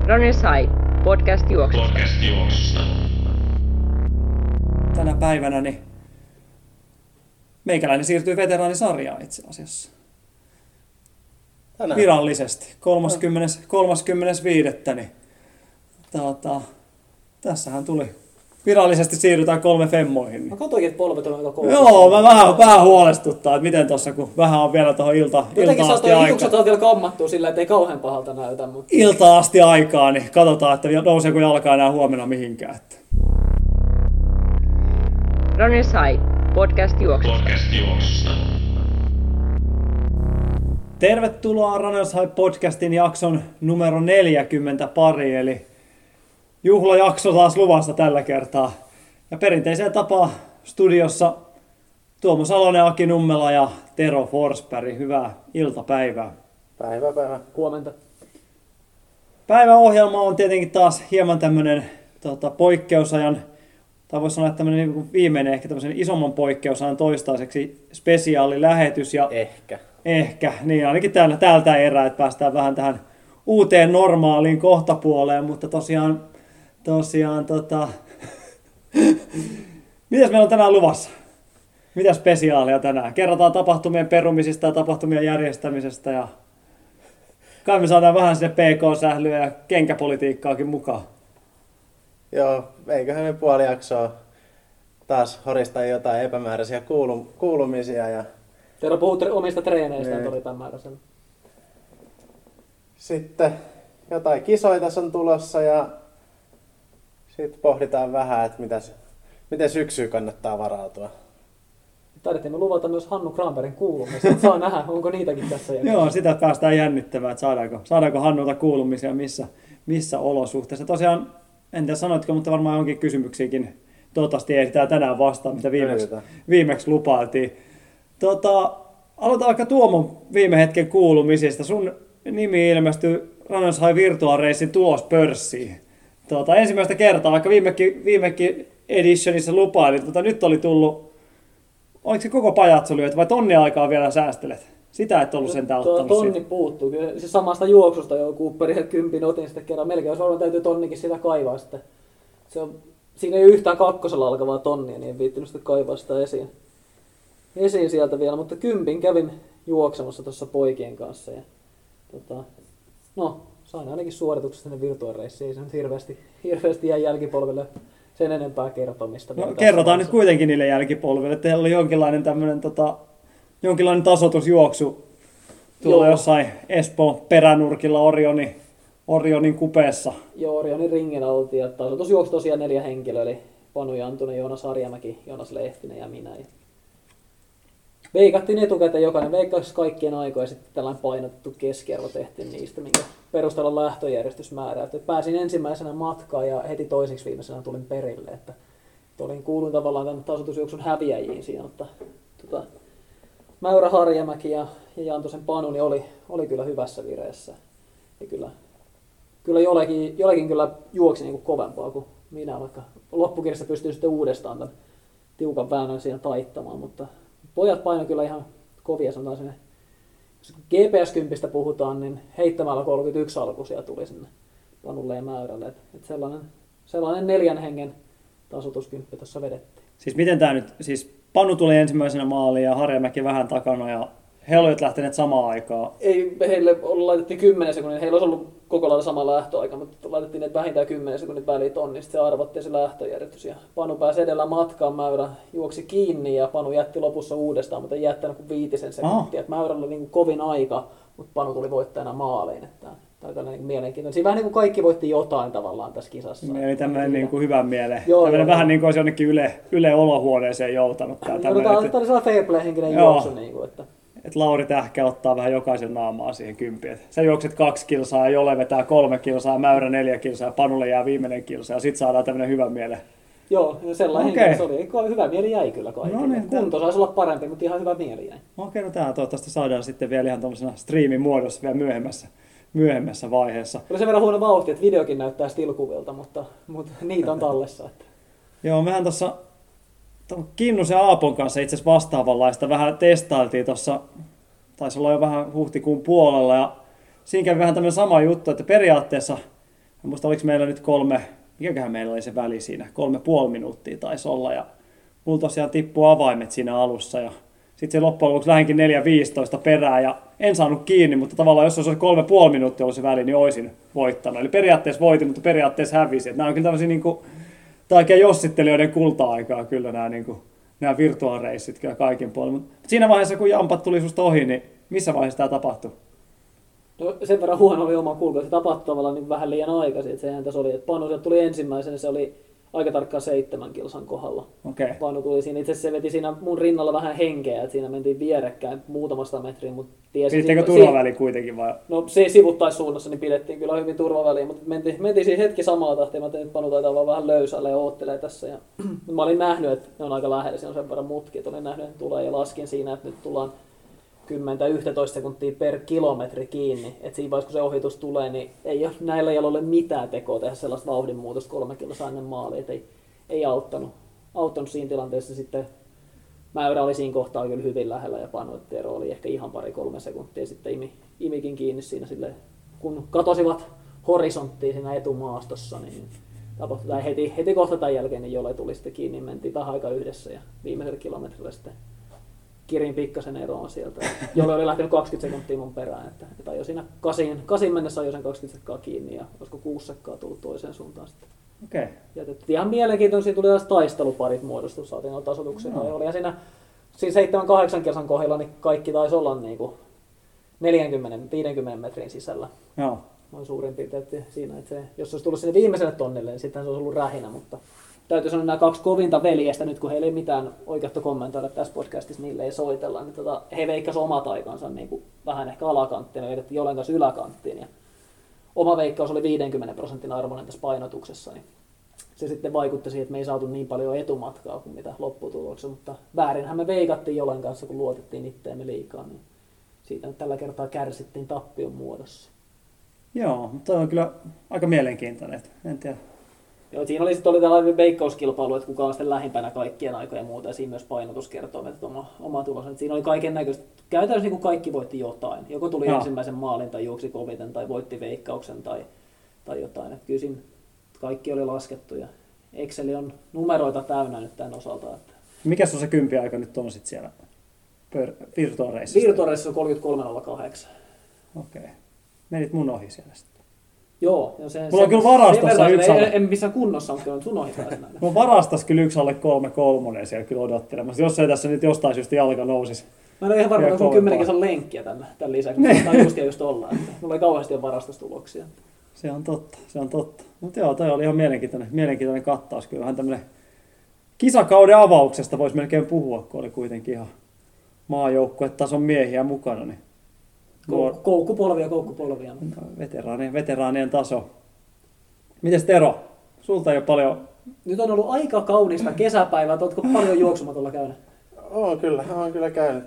Runners High, podcast juoksusta. Tänä päivänä niin meikäläinen siirtyy veteraanisarjaan itse asiassa. Tänään. Virallisesti. 30.5. Niin, tässähän tuli. Virallisesti siirrytään 3 femmoihin. Niin. Mä katsoinkin, että polvet on aika kovaa. Joo, mä vähän huolestuttaa, että miten tossa, kun vähän on vielä tuohon iltaan asti aikaa. Jotenkin saa vielä kammattua sillä, ettei kauhean pahalta näytä. Mutta... Iltaan asti aikaa, niin katsotaan, että nouseeko jalka enää huomenna mihinkään. Runners High, podcast juoksusta. Tervetuloa Runners High podcastin jakson numero 40 pari, eli juhlajakso taas luvassa tällä kertaa. Ja perinteiseen tapaan studiossa Tuomo Salonen, Aki Nummela ja Tero Forsberg. Hyvää iltapäivää. Päivää. Huomenta. Päiväohjelma on tietenkin taas hieman tämmöinen poikkeusajan, tai voisi sanoa, että tämmöinen niin viimeinen ehkä tämmöisen isomman poikkeusajan toistaiseksi spesiaalilähetys. Ja Ehkä, niin ainakin täältä erää, että päästään vähän tähän uuteen normaaliin kohtapuoleen, mutta tosiaan mitäs meillä on tänään luvassa? Mitä spesiaalia tänään? Kerrotaan tapahtumien perumisista ja tapahtumien järjestämisestä ja kai me saadaan vähän sinne PK-sählyä ja kenkäpolitiikkaakin mukaan. Joo, eiköhän me puoli jaksoa taas horistaa jotain epämääräisiä kuulumisia. Ja... Tero puhuu omista treeneistä, että oli epämääräisellä. Sitten jotain kisoja tässä on tulossa ja sitten pohditaan vähän, että miten syksyyn kannattaa varautua. Taidettiin me luvata myös Hannu Granbergin kuulumisia. Saa nähdä, onko niitäkin tässä jaksossa. Joo, sitä päästään jännittämään, että saadaanko Hannulta kuulumisia missä olosuhteissa. Tosiaan, en tiedä sanoitko, mutta varmaan onkin kysymyksiäkin. Toivottavasti ehditään tänään vastaan, mitä viimeksi lupailtiin. Aloitetaan vaikka Tuomon viime hetken kuulumisista. Sun nimi ilmestyi Runners High Virtual Racing tulospörssiin. Ensimmäistä kertaa, vaikka viimekin editionissa lupailit, mutta nyt oli tullut, oliko se koko pajatso lyöty vai tonni aikaa vielä säästelet? Sitä et ollut sentään ottanut. Tonni puuttuu. Kyllä se samasta juoksusta jo Cooperin 10 otin sitten kerran. Melkein jos varmaan täytyy tonnikin sitä kaivaa sitten. Siinä ei yhtään kakkosella alkavaa tonnia, niin en viittinyt sitten kaivaa sitä esiin sieltä vielä. Mutta 10 kävin juoksemassa tuossa poikien kanssa. Ja, sain ainakin suoritukset sinne virtuaaleissiin. Ei se nyt hirveästi jäi jälkipolvelle sen enempää kertomista. No, kerrotaan nyt kuitenkin niille jälkipolville, että teillä oli jonkinlainen jonkinlainen tasoitusjuoksu tuolla jossain Espoon peränurkilla Orionin kupeessa. Joo, Orionin ringillä oltiin. Ja tasoitusjuoksu tosiaan 4 henkilöä, eli Panu Jantunen, Joonas Harjamäki, Joonas Lehtinen ja minä. Veikattiin etukäteen, jokainen veikkasi kaikkien aikoja ja sitten tällainen painotettu keskiarvo tehtiin niistä, minkä perusteella lähtöjärjestys määräytyi. Pääsin ensimmäisenä matkaan ja heti toiseksi viimeisenä tulin perille. Että kuuluin tavallaan tämän tasoitusjuoksun häviäjiin siinä, mutta Mäyrä Harjamäki ja Jantusen Panu niin oli kyllä hyvässä vireessä. Ja kyllä jollekin kyllä juoksi niin kuin kovempaa kuin minä, vaikka loppukirjassa pystyy sitten uudestaan tämän tiukan väännön siinä taittamaan, mutta pojat painoi kyllä ihan kovia, sanotaan sinne. Jos GPS-10 puhutaan, niin heittämällä 31 alkuisia tuli sinne Panulle ja Mäyrälle. Et sellainen 4 hengen tasoituskymppi tuossa vedettiin. Siis miten tämä nyt, Panu tuli ensimmäisenä maaliin ja Harjamäki vähän takana ja he olivat lähteneet samaan aikaan. Ei, heille laitettiin 10 sekunnin, heillä olisi ollut koko lailla sama lähtöaika, mutta laitettiin ne vähintään 10 sekunnin väliin tonnin, sitten se arvottiin se lähtöjärjestys. Ja Panu pääsi edellä matkaan, Mäyrä juoksi kiinni ja Panu jätti lopussa uudestaan, mutta ei jättänyt kuin 5 sekuntia. Mäyrällä oli niin kovin aika, mutta Panu tuli voittajana maaliin. Tämä oli tällainen mielenkiintoinen. Siinä vähän niin kuin kaikki voitti jotain tavallaan tässä kisassa. Eli tämmöinen niin kuin hyvän mieleen. Tämmöinen vähän niin kuin olisi jonnekin Yle olohuoneeseen joutanut. Tämä oli sellainen fair play-henkinen juoksu. Että Lauri Tähkä ottaa vähän jokaisen naamaa siihen 10. Sä juokset 2 kilsaa ja Jole vetää 3 kilsaa, Mäyrä 4 kilsaa ja Panulle jää viimeinen kilsa ja sit saadaan tämmöinen hyvä miele. Joo, sellainen se oli. Hyvä mieli jäi kyllä kaikille. No niin, kunto saisi olla parempi, mutta ihan hyvä mieli jäi. Okei, no tää toivottavasti saadaan sitten vielä ihan tuollaisena striimin muodossa vielä myöhemmässä vaiheessa. Oli sen verran huono vauhti, että videokin näyttää stilkuvilta, mutta niitä on tallessa. Että. Joo, mehän tuossa Kinnusen ja Aapon kanssa itse asiassa vastaavanlaista vähän testailtiin tuossa, taisi olla jo vähän huhtikuun puolella ja siinä kävi vähän tämmöinen sama juttu, että periaatteessa muista oliko meillä nyt mikäköhän meillä oli se väli siinä, 3,5 minuuttia taisi olla, ja mulla tosiaan tippui avaimet siinä alussa, ja sitten se loppujen lopuksi lähinkin 4.15 perään, ja en saanut kiinni, mutta tavallaan jos olisi 3,5 minuuttia ollut se väli, niin olisin voittanut. Eli periaatteessa voitin, mutta periaatteessa hävisin. Nämä on kyllä tämmöisiä tai oikein jossittelijoiden kulta-aikaa kyllä nämä virtuaalireissit kyllä kaikin puolin. Mutta siinä vaiheessa, kun jampat tuli susta ohi, niin missä vaiheessa tämä tapahtui? No, sen verran huono oli oma kulku, se tapahtui tavallaan niin vähän liian aikaisin. Että sehän tässä oli, että Panu sieltä tuli ensimmäisenä, se oli aika tarkkaan 7 kilsan kohdalla. Okay. Panu tuli siinä, itse asiassa se veti siinä mun rinnalla vähän henkeä, että siinä mentiin vierekkäin muutamasta metriä, mutta tiesi... Pidittekö turvaväli kuitenkin vai? No se sivuttaissuunnassa niin pidettiin kyllä hyvin turvaväliä, mutta mentiin siinä hetki samaa tahtia, mä tein, että Panu taitaa olla vähän löysällä ja oottelee tässä. Ja mä olin nähnyt, että ne on aika lähellä, siinä on sen verran mutki, että olin nähnyt, että tulee ja laskin siinä, että nyt tullaan 10-11 sekuntia per kilometri kiinni. Että siinä vaiheessa, kun se ohitus tulee, niin ei ole näillä jaloille mitään tekoa tehdä sellaista vauhdinmuutosta 3 kilsaa ennen maalia. Että ei auttanut siinä tilanteessa. Sitten Mäyrä oli siinä kohtaa kyllä hyvin lähellä ja Panu, että ero oli ehkä ihan 2-3 sekuntia. Sitten imikin kiinni siinä silleen, kun katosivat horisonttiin siinä etumaastossa, niin tapahtui heti kohta tämän jälkeen, niin jolle tuli sitten kiinni, mentiin vähän aika yhdessä ja viimeisellä kilometrillä sitten kirin pikkasen eroon sieltä, jolle oli lähtenyt 20 sekuntia mun perään, että ajoi siinä 8 mennessä ajoi sen 20 sekkaa kiinni ja olisiko 6 sekkaa tullut toiseen suuntaan sitten. Okay. Jätettiin. Ihan mielenkiintoisia tuli taas taisteluparit muodostus, saatiin noita tasoituksia. No. Oli siinä 7-8 kilsan kohdilla, niin kaikki taisi olla niinku 40-50 metrin sisällä. Joo. Noin suurin piirtein siinä, että jos olisi tullut sinne viimeiselle tonnille, niin sitten se olisi ollut rähinä, mutta täytyy sanoa nämä 2 kovinta veljestä, nyt kun heillä ei mitään oikeutta kommentoida tässä podcastissa, niille ei soitella, niin he veikkasivat omat aikansa niin kuin vähän ehkä alakanttiin, me vedettiin Jolen kanssa yläkanttiin. Ja oma veikkaus oli 50% arvoinen tässä painotuksessa, niin se sitten vaikutti siihen, että me ei saatu niin paljon etumatkaa kuin mitä lopputuloksessa, mutta väärinhän me veikattiin Jolen kanssa, kun luotettiin itteemme liikaa, niin siitä nyt tällä kertaa kärsittiin tappion muodossa. Joo, mutta on kyllä aika mielenkiintoinen, en tiedä. Joo, siinä oli tällainen veikkauskilpailu, että kuka on sitten lähimpänä kaikkien aikojen ja muuta, ja siinä myös painotus kertoo meitä oma tulos. Siinä oli kaiken näköistä. Käytännössä niin kuin kaikki voitti jotain. Joko tuli ensimmäisen maalin tai juoksi koviten tai voitti veikkauksen tai jotain. Että kyllä siinä kaikki oli laskettu ja Exceli on numeroita täynnä nyt tämän osalta. Että mikäs on se kympiaika nyt on sitten siellä virtuaaleissa? Virtuaaleissa on 33.08. Okei. Menit mun ohi siellä sitten. Joo. Mulla on kyllä varastossa yksi alle. En missään kunnossa, mutta sun ohi pääsi näin. Mulla on varastossa kyllä yksi alle 3.3 siellä kyllä odottelemassa. Jos ei tässä nyt jostain syystä jalka nousisi. Mä en ole ihan varma, että on 10 kilsan lenkkiä tämän lisäksi. Tai just ollaan. Mulla ei kauheasti ole varastostuloksia. Se on totta. Mutta joo, toi oli ihan mielenkiintoinen kattaus. Kyllähän tämmönen kisakauden avauksesta voisi melkein puhua, kun oli kuitenkin ihan maajoukkuetason miehiä mukana. Niin Koukkupolvia. Veteraanien taso. Mites Tero? Sulta ei ole paljon... Nyt on ollut aika kaunista kesäpäivää. Oletko paljon juoksumatolla käynyt? Olen kyllä käynyt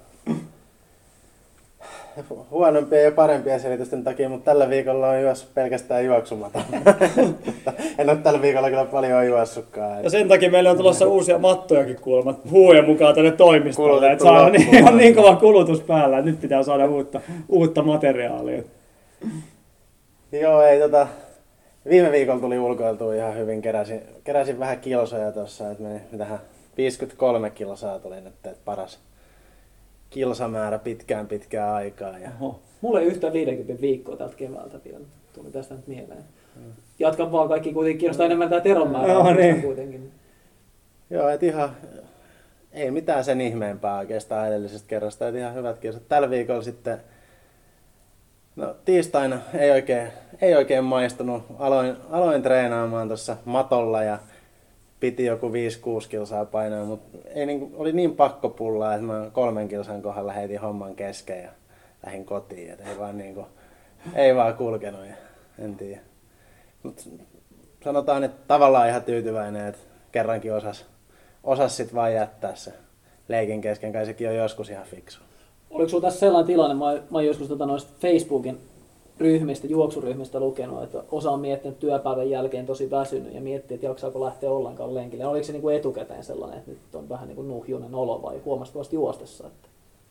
huonompia ja parempia selitysten takia, mutta tällä viikolla on juossut pelkästään juoksumatolla. En ole tällä viikolla kyllä paljon juossutkaan. Ja sen takia meillä on tulossa uusia mattojakin kuulemma huujen mukaan tänne toimistolle. Että on niin kova kulutus päällä, että nyt pitää saada uutta materiaalia. Joo, ei viime viikolla tuli ulkoiltua ihan hyvin. Keräsin vähän kilsoja tuossa, että meni tähän 53 kilsaa tuli nyt, että paras kilsamäärä pitkään aikaa. Ja... Mulla ei yhtään 50 viikkoa tältä keväältä vielä. Tuli tästä nyt mieleen. Jatkan vaan, kaikki kuitenkin kiinnostaa enemmän tää Teron määrä niin. Kuitenkin. Joo, et ihan ei mitään sen ihmeempää oikeastaan edellisestä kerrasta. Et ihan hyvät kilsat. Tällä viikolla sitten, no tiistaina ei oikein maistunut. Aloin treenaamaan tuossa matolla ja piti joku 5-6 kilsaa painaa, mutta oli niin pakkopullaa, että mä 3 kilsan kohdalla heitin homman kesken ja lähdin kotiin. Et ei vaan kulkenut ja en tiedä. Mut sanotaan, että tavallaan ihan tyytyväinen, että kerrankin osas sit vaan jättää se leikin kesken, kai sekin on joskus ihan fiksu. Oliko sulla tässä sellainen tilanne, mä oon joskus noista Facebookin juoksuryhmistä lukenut, että osa on miettinyt työpäivän jälkeen tosi väsynyt ja miettii, että jaksaako lähteä ollenkaan lenkille. Oliko se niin kuin etukäteen sellainen, että nyt on vähän niin kuin nuhjuinen olo vai huomasi vasta juostessa? Että...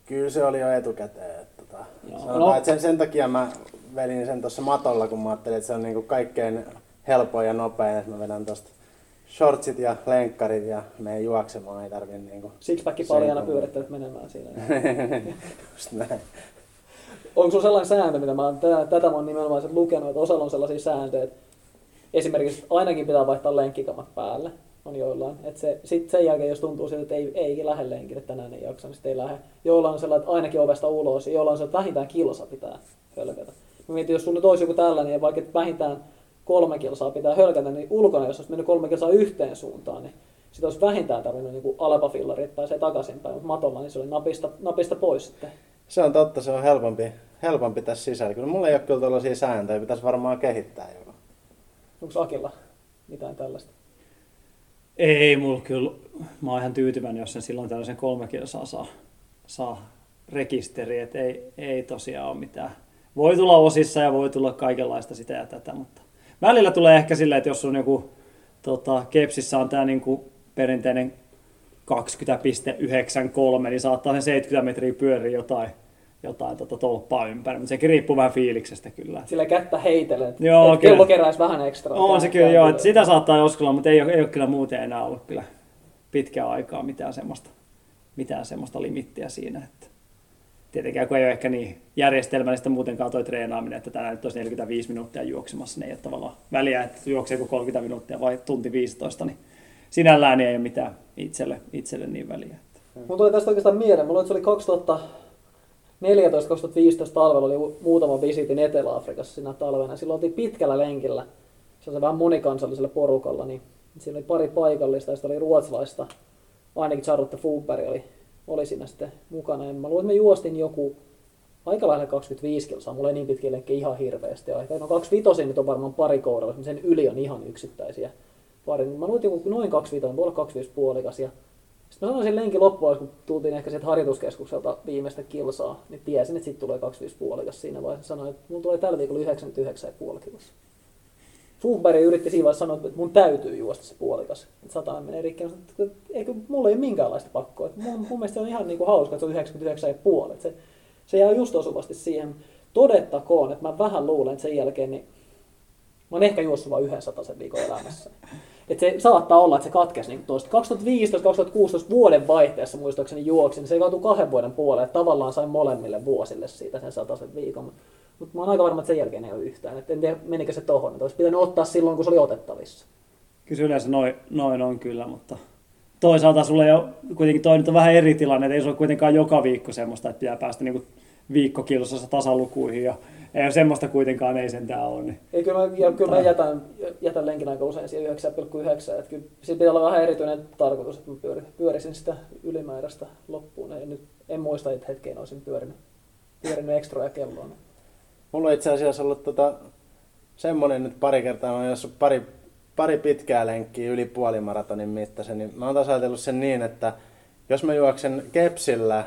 Kyllä se oli jo etukäteen. Sanotaan, että sen takia mä vedin sen tuossa matolla, kun mä ajattelin, että se on niinku kaikkein helpoin ja nopein, että mä vedän tuosta shortsit ja lenkkarit ja menen juoksemaan, ei tarvitse niinku... Sixpacki paljana pyörittänyt menemään siinä. Just näin. Onko sulla sellainen sääntö, mitä tätä mä oon nimenomaan lukenut, että osalla on sellaisia sääntöjä, että esimerkiksi ainakin pitää vaihtaa lenkkikamat päälle, on joillain. Että sitten sen jälkeen, jos tuntuu siltä, että ei lähde lenkille, tänään ei jaksa, niin sitten ei lähde. Joillain on sellainen, että ainakin ovesta ulos, ja joillain on sellainen, että vähintään kilsa pitää hölkätä. Mä mietin, jos sulla nyt olisi joku tällainen, ja vaikka vähintään 3 kilsaa pitää hölkätä, niin ulkona, jos olisi mennyt 3 kilsaa yhteen suuntaan, niin sitten olisi vähintään tarvinnut niin alpafillari, että pääsee takaisinpäin, mutta matolla niin se oli napista pois sitten. Se on totta, se on helpompi tässä sisällä. Kyllä mulla ei ole kyllä tällaisia sääntöjä, pitäisi varmaan kehittää joku. Onko Akilla mitään tällaista? Ei mulla kyllä. Mä oon ihan tyytyväinen, jos sen silloin tällaisen 3 kilsaa saa rekisteri. Et ei tosiaan ole mitään. Voi tulla osissa ja voi tulla kaikenlaista sitä ja tätä, mutta välillä tulee ehkä silleen, että jos on joku kepsissä on tää niinku perinteinen 20,93, niin saattaa sen 70 metriä pyöriä jotain tolppaa ympäri, mutta sekin riippuu vähän fiiliksestä kyllä. Sillä kättä heitellen, että kyllä. Kello keräisi vähän ekstra. On se kyllä, joo, että sitä saattaa joskus olla, mutta ei ole kyllä muuten enää ollut kyllä pitkään aikaa mitään semmoista limittiä siinä. Että tietenkään kun ei ole ehkä niin järjestelmällistä muutenkaan toi treenaaminen, että tänään nyt olisi 45 minuuttia juoksemassa, niin ei ole tavallaan väliä, että juokseeko 30 minuuttia vai tunti 15, niin sinällään ei ole mitään itselle niin väliä. Mulla tuli tästä oikeastaan mieleen, mulla se oli 2014-2015 talvella oli muutama visitin Etelä-Afrikassa siinä talvena. Silloin oltiin pitkällä lenkillä, se on vähän monikansallisella porukalla, niin siinä oli pari paikallista ja sitten oli ruotsalaista, ainakin Charlotte Fuberg oli siinä sitten mukana. Ja mä luulen, että me juostin joku aika lähellä 25 kilsaa, mulla ei niin pitkiä lenkkejä ihan hirveästi aikaa. No 25 nyt on varmaan pari kouralla, mutta sen yli on ihan yksittäisiä pari. Mä luulen, että joku noin 25, voi olla 25 puolikas. Sitten mä sanoin sen lenkin loppuun, kun tultiin ehkä sieltä harjoituskeskukselta viimeistä kilsaa, niin tiesin, että sitten tulee 25,5 siinä vaiheessa. Sanoin, että mulla tulee tällä viikolla 99,5 kilsaa. Fuberg yritti siinä vaiheessa sanoa, että mun täytyy juosta se puolikas, että 100 menee rikki. Eikö mulla ei ole minkäänlaista pakkoa. Että mun mielestä on ihan niin kuin hauska, että se on 99,5. Se jää just osuvasti siihen. Todettakoon, että mä vähän luulen, että sen jälkeen niin mä oon ehkä juossut vain 100 viikon elämässä. Että se saattaa olla, että se katkesi niin tuosta 2015-2016 vuoden vaihteessa muistaakseni juoksin, niin se kaatui 2 vuoden puoleen, että tavallaan sain molemmille vuosille siitä sen 100 viikon. Mutta mä oon aika varma, että sen jälkeen ei ole yhtään. Et en tiedä, menikö se tohon, että olisi pitänyt ottaa silloin, kun se oli otettavissa. Kyllä yleensä noin on kyllä, mutta toisaalta sulla ei ole, kuitenkin toi nyt on vähän eri tilanne, että ei se ole kuitenkaan joka viikko semmoista, että pitää päästä niinku viikkokilsossa tasalukuihin ja ei semmoista kuitenkaan, ei sentään ole. Niin. Ei, kyllä mä jätän lenkin aika usein siihen 9,9. Että kyllä siinä pitää olla vähän erityinen tarkoitus, että mä pyörisin sitä ylimääräistä loppuun. En muista, että hetkeen olisin pyörinyt ekstroja kelloon. Mulla on itse asiassa ollut semmoinen nyt pari kertaa, jos on pari pitkää lenkkiä yli puolimaratonin mittaisen, niin mä oon taas ajatellut sen niin, että jos mä juoksen kepsillä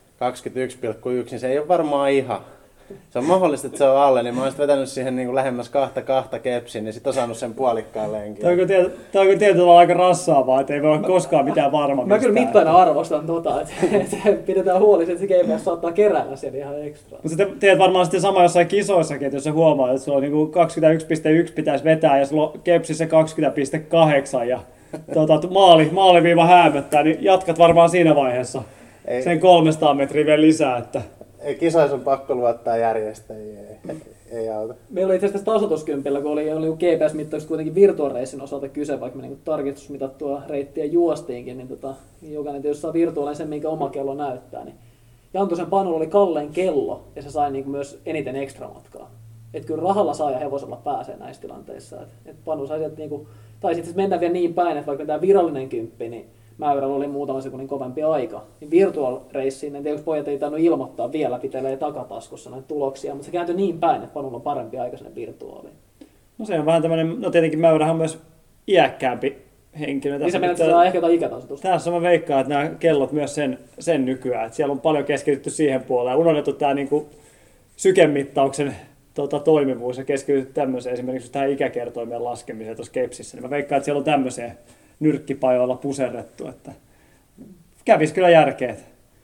21,1, niin se ei ole varmaan ihan. Se on mahdollista, että se on alle, niin mä oon vetänyt siihen niin kuin lähemmäs 2 kepsiin, niin sit on saanut sen puolikkaan lenkin. Tämä on kyllä tietyllä aika rassaavaa, että ei voi koskaan mitään varma mistään. Mä kyllä mittaina arvostan että pidetään huoli, että se GPS saattaa keräillä siellä ihan ekstra. Mutta sä teet varmaan sitten sama jossain kisoissakin, että jos sä huomaat, että sulla on niin 21,1 pitäisi vetää ja sulla on kepsissä 20,8 ja maaliviiva häämöttää, niin jatkat varmaan siinä vaiheessa sen 300 metriä vielä lisää. Että ei kisoissa on pakko luottaa järjestäjiä, ei auta. Meillä oli itse asiassa tasoituskympillä, kun oli GPS-mittaukset kuitenkin virtuaalireissin osalta kyse, vaikka me niin tarkistusmitattua reittiä juostiinkin, niin jokainen tietysti saa virtuaalinen sen, minkä oma kello näyttää. Niin Jantusen Panulla oli kallein kello ja se sai niin myös eniten ekstramatkaa. Että kyllä rahalla saa ja hevosella pääsee näissä tilanteissa. Et Panu sai sieltä, niin kuin, tai sitten mennä vielä niin päin, että vaikka tämä virallinen kymppi, niin Mäyrällä oli muutama sekunnin kovempi aika. Niin virtual-reissiin, en tiedä, jos pojat ei tainnut ilmoittaa vielä, pitelee takataskussa näitä tuloksia, mutta se kääntyi niin päin, että Panulla on parempi aika sinne virtuaaliin. No se on vähän tämmöinen, no tietenkin Mäyrähän on myös iäkkäämpi henkilö. Niin se menet, että se saa ehkä jotain ikätasoitusta. Tässä mä veikkaan, että nämä kellot myös sen nykyään, että siellä on paljon keskitytty siihen puoleen. Unohdettu tämä niinku sykemittauksen toimivuus ja keskitytty tämmöiseen, esimerkiksi tähän ikäkertoimien laskemiseen tuossa kepsissä. Niin mä veikkaan, että siellä on tämmöiseen nyrkkipajoilla puserrettu, että kävisi kyllä järkeä.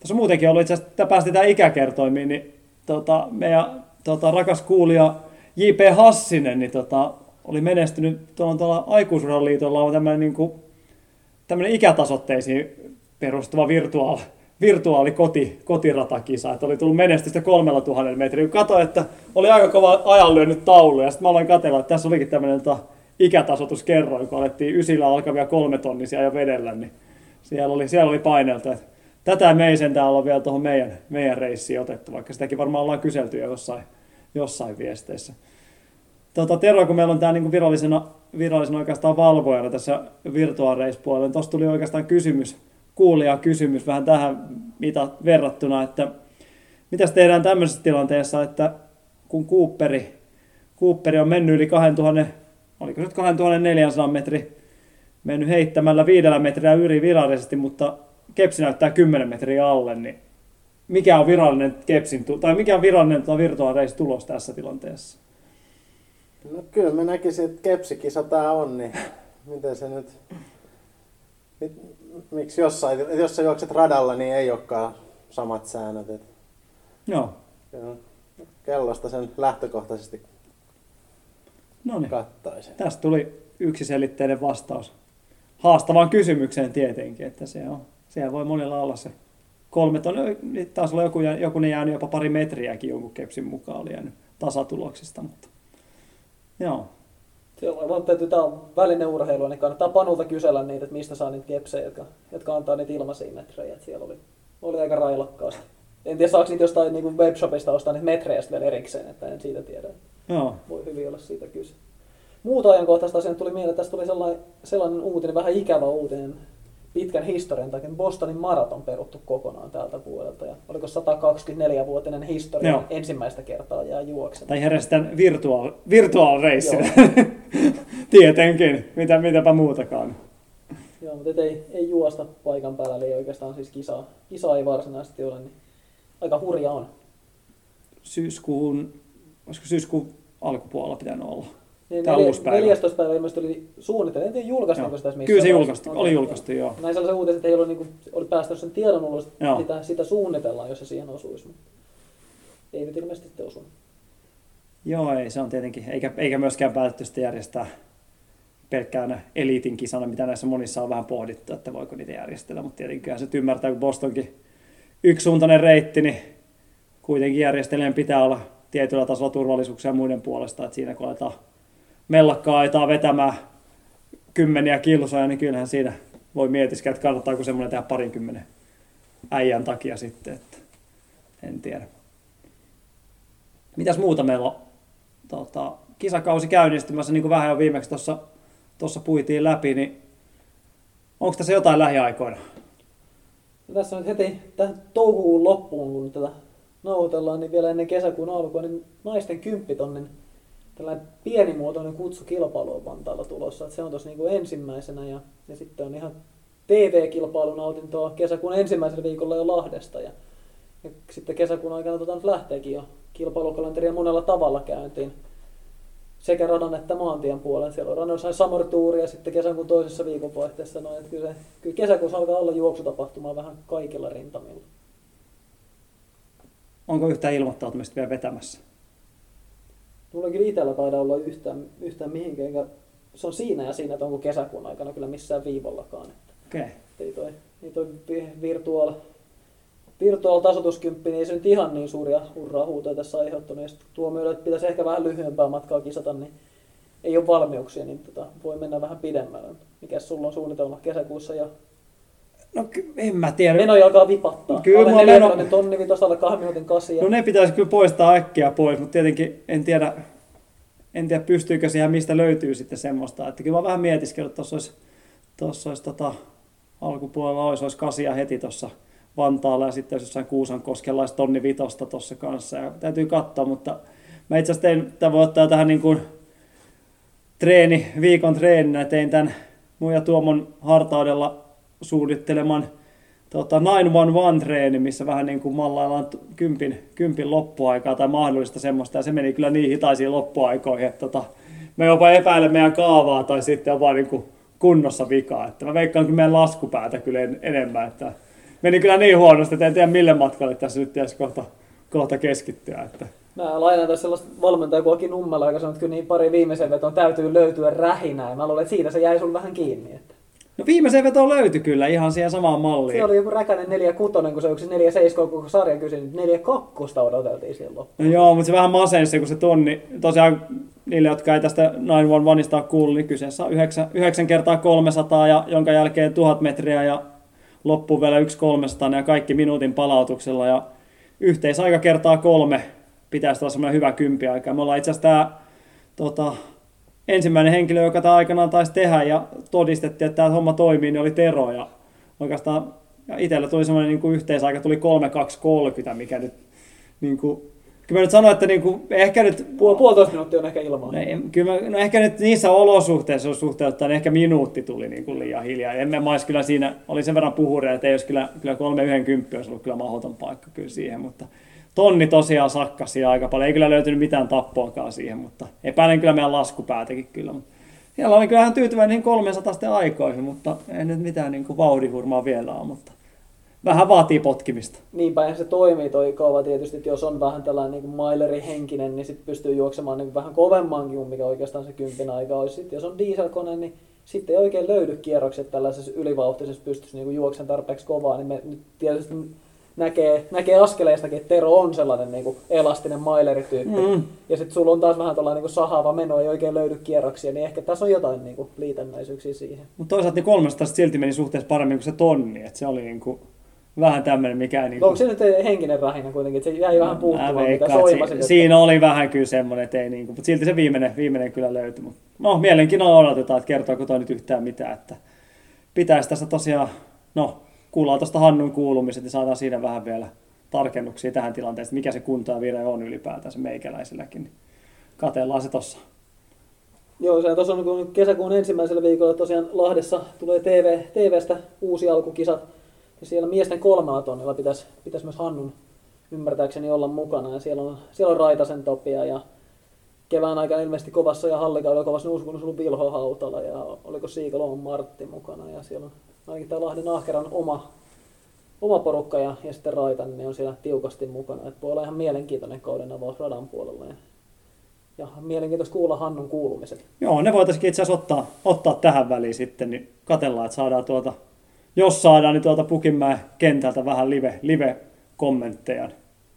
tuossa muutenkin ollut itse asiassa, päästiin tähän ikäkertoimiin, niin meidän rakas kuulija J.P. Hassinen niin oli menestynyt tuolla Aikuisurheiluliitolla on tämmöinen ikätasoitteisiin perustuva virtuaali kotiratakisa, että oli tullut menestystä 3000 metriä. Katsoin, että oli aika kova ajanlyönnyt taulu ja sitten mä aloin katsella, että tässä olikin tämmöinen ikätasoituskerroin, kun alettiin ysillä alkavia 3 tonnisia jo vedellä, niin siellä oli paineelta, että tätä me ei sentään olla vielä tuohon meidän reissiin otettu, vaikka sitäkin varmaan ollaan kyselty jo jossain viesteissä. Tero, kun meillä on tämä niin virallisena oikeastaan valvojana tässä virtuaalireispuolella, niin tuossa tuli oikeastaan kuulijakysymys vähän tähän verrattuna, että mitäs tehdään tämmöisessä tilanteessa, että kun Cooperi on mennyt yli 2000, oliko se nyt 2400 metri, mennyt heittämällä 5 metriä yli virallisesti, mutta kepsi näyttää 10 metriä alle, niin mikä on virallinen virtuaalireissu tulos tässä tilanteessa? No kyllä mä näkisin, että kepsikisa tää on, niin miten se nyt... Miksi jos sä juokset radalla, niin ei olekaan samat säännöt. Joo. Kellosta sen lähtökohtaisesti Noniin. kattaisin. Tästä tuli yksiselitteinen vastaus haastavaan kysymykseen tietenkin, että siellä voi monilla olla se 3 tonnia, taas olla joku ne jäänyt jopa pari metriäkin jonkun kepsin mukaan oli jäänyt tasatuloksista, mutta joo. Tämä on välineurheilua, niin kannattaa Panulta kysellä niitä, että mistä saa niitä kepsejä, jotka antaa niitä ilmaisia metrejä. Siellä oli aika railakkaasti. En tiedä, saako niitä jostain niin webshopista ostaa niitä metrejä vielä erikseen, että en siitä tiedä. Joo. Voi hyvin olla siitä kyse. Muuta ajankohtaista asiaa tuli mieleen, että tästä tuli sellainen uutinen, vähän ikävä uutinen pitkän historian takia. Bostonin maraton peruttu kokonaan tältä vuodelta. Ja oliko 124-vuotinen historia Joo. ensimmäistä kertaa jää juoksemaan. Tai järjestetään virtuaalireissin. Tietenkin, mitäpä muutakaan. Joo, mutta ei juosta paikan päällä, eli oikeastaan siis kisaa ei varsinaisesti ole, niin aika hurja on. Syyskuun alkupuolella pitänyt olla. Niin, Tämä uusi päivä. 14. päivä ilmeisesti oli suunnitelma. En tiedä, julkaistaanko sitä missään. Kyllä se oli julkaistu, joo. Näin sellaisen uutisen, että ei ollut, oli päästänyt sen tiedon ulos, että sitä suunnitellaan, jos se siihen osuisi. Mutta ei nyt ilmeisesti sitten osunut. Joo, ei se on tietenkin. Eikä myöskään päätetty sitä järjestää pelkkään eliitin kisana, mitä näissä monissa on vähän pohdittu, että voiko niitä järjestellä. Mutta tietenkin se ymmärtää, kun Bostonkin yksisuuntainen reitti, niin kuitenkin järjestelijän pitää olla tietyllä tasolla turvallisuuksia muiden puolesta. Että siinä kun aletaan vetämään 10 kilsoja, niin kyllähän siinä voi mietiskää, että kannattaako semmoinen tehdä 20 äijän takia sitten. Että en tiedä. Mitäs muuta meillä on kisakausi käynnistymässä, niin kuin vähän jo viimeksi tuossa puitiin läpi, niin onko tässä jotain lähiaikoina? No tässä on nyt heti tähän toukokuun loppuun, kun tätä nauhoitellaan, niin vielä ennen kesäkuun alkua, niin naisten 10 tonnin tällainen pienimuotoinen kutsukilpailu on Vantaalla tulossa. Että se on tuossa niin kuin ensimmäisenä ja sitten on ihan TV-kilpailun nautintoa kesäkuun ensimmäisellä viikolla jo Lahdesta. Ja sitten kesäkuun aikana nyt lähteekin jo kilpailukalenteria monella tavalla käyntiin. Sekä radan että maantien puolella. Siellä on radalla Summer Tour ja sitten kesäkuun toisessa viikonvaihteessa. Kyllä kesäkuussa alkaa olla juoksutapahtumaa vähän kaikilla rintamilla. Onko yhtään ilmoittautumista vielä vetämässä? Mulla kyllä itsellä taida olla yhtään mihinkään. Se on siinä ja siinä, että onko kesäkuun aikana kyllä missään viivollakaan. Okei. Ei toi virtual tasoituskymppi, niin ei se nyt ihan niin suuria hurraa-huutoja tässä aiheuttanut. Ja tuo myötä, että pitäisi ehkä vähän lyhyempää matkaa kisata, niin ei ole valmiuksia, niin voi mennä vähän pidemmälle. Mikäs sulla on suunnitelma kesäkuussa? Ja No en mä tiedä. menoja alkaa vipattaa. Kyllä alle 4 minuutin tonni, vitosta alle 2 minuutin kasi. No ne pitäisi kyllä poistaa äkkiä pois, mutta tietenkin en tiedä pystyykö siihen, mistä löytyy sitten semmoista. Että kyllä mä vähän mietiskellyt, että tuossa olisi alkupuolella olisi kasia heti tuossa Vantaalla ja sitten olisi jossain Kuusankoskella olisi tonni vitosta tuossa kanssa. Ja täytyy katsoa, mutta mä itse asiassa voi ottaa tähän niin kuin viikon treeninä. Tein tämän mun ja Tuomon hartaudella suunnitteleman 911-treeni, missä vähän niin kuin mallaillaan kympin loppuaikaa tai mahdollista semmoista, ja se meni kyllä niin hitaisiin loppuaikoihin, että me jopa epäilen meidän kaavaa tai sitten on vaan niin kuin kunnossa vikaa. Että mä veikkaan kyllä meidän laskupäätä kyllä enemmän, että meni kyllä niin huonosti, että en tiedä mille matkalle tässä nyt pitäisi kohta keskittyä. Että. Mä lainaan sellaista valmentajaa kuin Aki Nummela, joka sanoi, että kyllä niin pari viimeisen vetoon täytyy löytyä rähinää. Ja mä luulen, että siitä se jäi sun vähän kiinni. Että. No viimeiseen vetoon löytyi kyllä ihan siihen samaan malliin. Se oli joku räkäinen 4-6, kun se yksi 4-7 koko sarjan kysyi, 4-2 odoteltiin silloin loppuun. No joo, mutta se vähän masensi, kun se tonni, tosiaan niille, jotka ei tästä 911 ole kuullut, niin kyseessä on 9 kertaa 300, ja jonka jälkeen 1000 metriä ja loppuun vielä 1 300 ja kaikki minuutin palautuksella. Ja yhteisaika kertaa 3 pitäisi olla semmoinen hyvä kympiaika. Me ollaan itse asiassa tämä ensimmäinen henkilö, joka tämä aikanaan taisi tehdä ja todistettiin, että tämä homma toimii, niin oli Tero. Ja oikeastaan itsellä tuli semmoinen niin kuin yhteisaika, tuli 3:2:30, mikä nyt niin kuin, kyllä mä nyt sanon, että niin kuin, ehkä nyt... Puolitoista minuuttia on ehkä ilman. No ehkä nyt niissä olosuhteissa, jos suhteuttaa, niin ehkä minuutti tuli niin kuin liian hiljaa. Emme mais kyllä siinä, oli sen verran puhuria, että ei olisi kyllä 3:1:10 olisi ollut kyllä mahdoton paikka kyllä siihen, mutta tonni tosiaan sakkasi aika paljon. Ei kyllä löytynyt mitään tappoakaan siihen, mutta epäilen kyllä meidän laskupäätäkin kyllä. Siellä oli kyllä ihan tyytyväinen niihin 300 aikoihin, mutta ei nyt mitään niin kuin vauhdihurmaa vielä ole, mutta vähän vaatii potkimista. Niinpä se toimii toi kaava tietysti, että jos on vähän tällainen niin kuin mailerihenkinen, niin sitten pystyy juoksemaan niin vähän kovemmankin kuin mikä oikeastaan se 10 aika olisi. Sitten jos on dieselkone, niin sitten ei oikein löydy kierrokset tällaisessa ylivauhtisessa pystyssä niin juoksen tarpeeksi kovaa, niin me nyt tietysti näkee askeleistakin, että Tero on sellainen niin kuin elastinen mailerityyppi. Ja sitten sulla on taas vähän tällainen niin sahaava meno, ei oikein löydy kierroksia, niin ehkä tässä on jotain niin kuin liitännäisyyksiä siihen. Mutta toisaalta niin 300 silti meni suhteessa paremmin kuin se tonni, että se oli niin kuin vähän tämmöinen mikä... Niin kuin... Onko se nyt henkinen rähinä kuitenkin, että se jäi vähän puuttumaan, mitä soimasit? Siinä oli vähän kyllä semmoinen, että ei niin kuin, mutta silti se viimeinen kyllä löytyi. No mielenkiinnolla odotetaan, että kertooko toi nyt yhtään mitään, että pitäisi tässä tosiaan, kuullaan tuosta Hannun kuulumiset, niin saadaan siinä vähän vielä tarkennuksia tähän tilanteeseen, mikä se kunto ja vire on ylipäätään se meikäläiselläkin. Niin katellaan se tossa. Joo, se tuossa on kun kesäkuun ensimmäisellä viikolla tosiaan Lahdessa tulee TV:stä uusi alkukisat. Ja siellä miesten 3 tonnilla pitäisi myös Hannun ymmärtääkseni olla mukana. Ja siellä on Raitasen Topia ja kevään aikana ilmeisesti kovassa ja hallikaudella kovassa nousukunnassa ollut Vilho Hautala ja oliko Siikalon Martti mukana. Ja siellä on ainakin tämä Lahden Ahkeran oma porukka ja sitten Raitan, niin on siellä tiukasti mukana. Että voi olla ihan mielenkiintoinen kauden avaus radan puolella. Ja mielenkiintoista kuulla Hannun kuulumiset. Joo, ne voitaisiin itse asiassa ottaa tähän väliin sitten, niin katsellaan, että saadaan jos saadaan, niin Pukinmäen kentältä vähän live-kommentteja.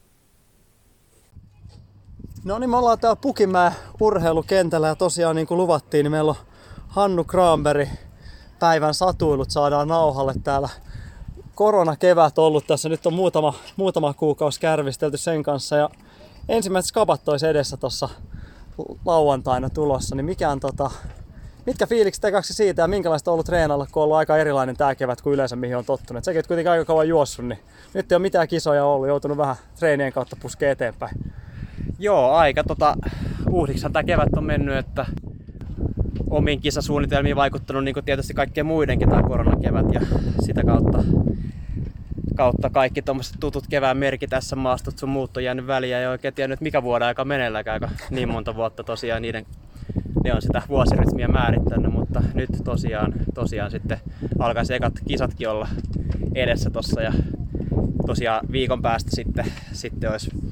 No niin, me ollaan täällä Pukinmäen urheilukentällä ja tosiaan niin kuin luvattiin, niin meillä on Hannu Granberg päivän satuilut saadaan nauhalle täällä. Koronakevät ollut tässä, nyt on muutama kuukausi kärvistelty sen kanssa ja ensimmäiset skabat olisi edessä tuossa lauantaina tulossa, niin mitkä fiilikset ekaksi siitä ja minkälaista on ollut treenalla, kun on ollut aika erilainen tää kevät kuin yleensä mihin on tottunut. Säkin oot kuitenkin aika kauan juossut, niin nyt ei ole mitään kisoja ollut, joutunut vähän treenien kautta puskea eteenpäin. Joo, aika uudiksahan tää kevät on mennyt, että omiin kisasuunnitelmiin vaikuttanut niin kuin tietysti kaikkien muidenkin tää koronakevät ja sitä kautta kaikki tommoset tutut kevään merkit tässä maastot sun muut on jäänyt väliin ja ei oikein tiennyt mikä vuoden aika meneilläkään, aika niin monta vuotta tosiaan ne on sitä vuosirytmiä määrittänyt, mutta nyt tosiaan sitten alkaisi ekat kisatkin olla edessä tossa ja tosiaan viikon päästä sitten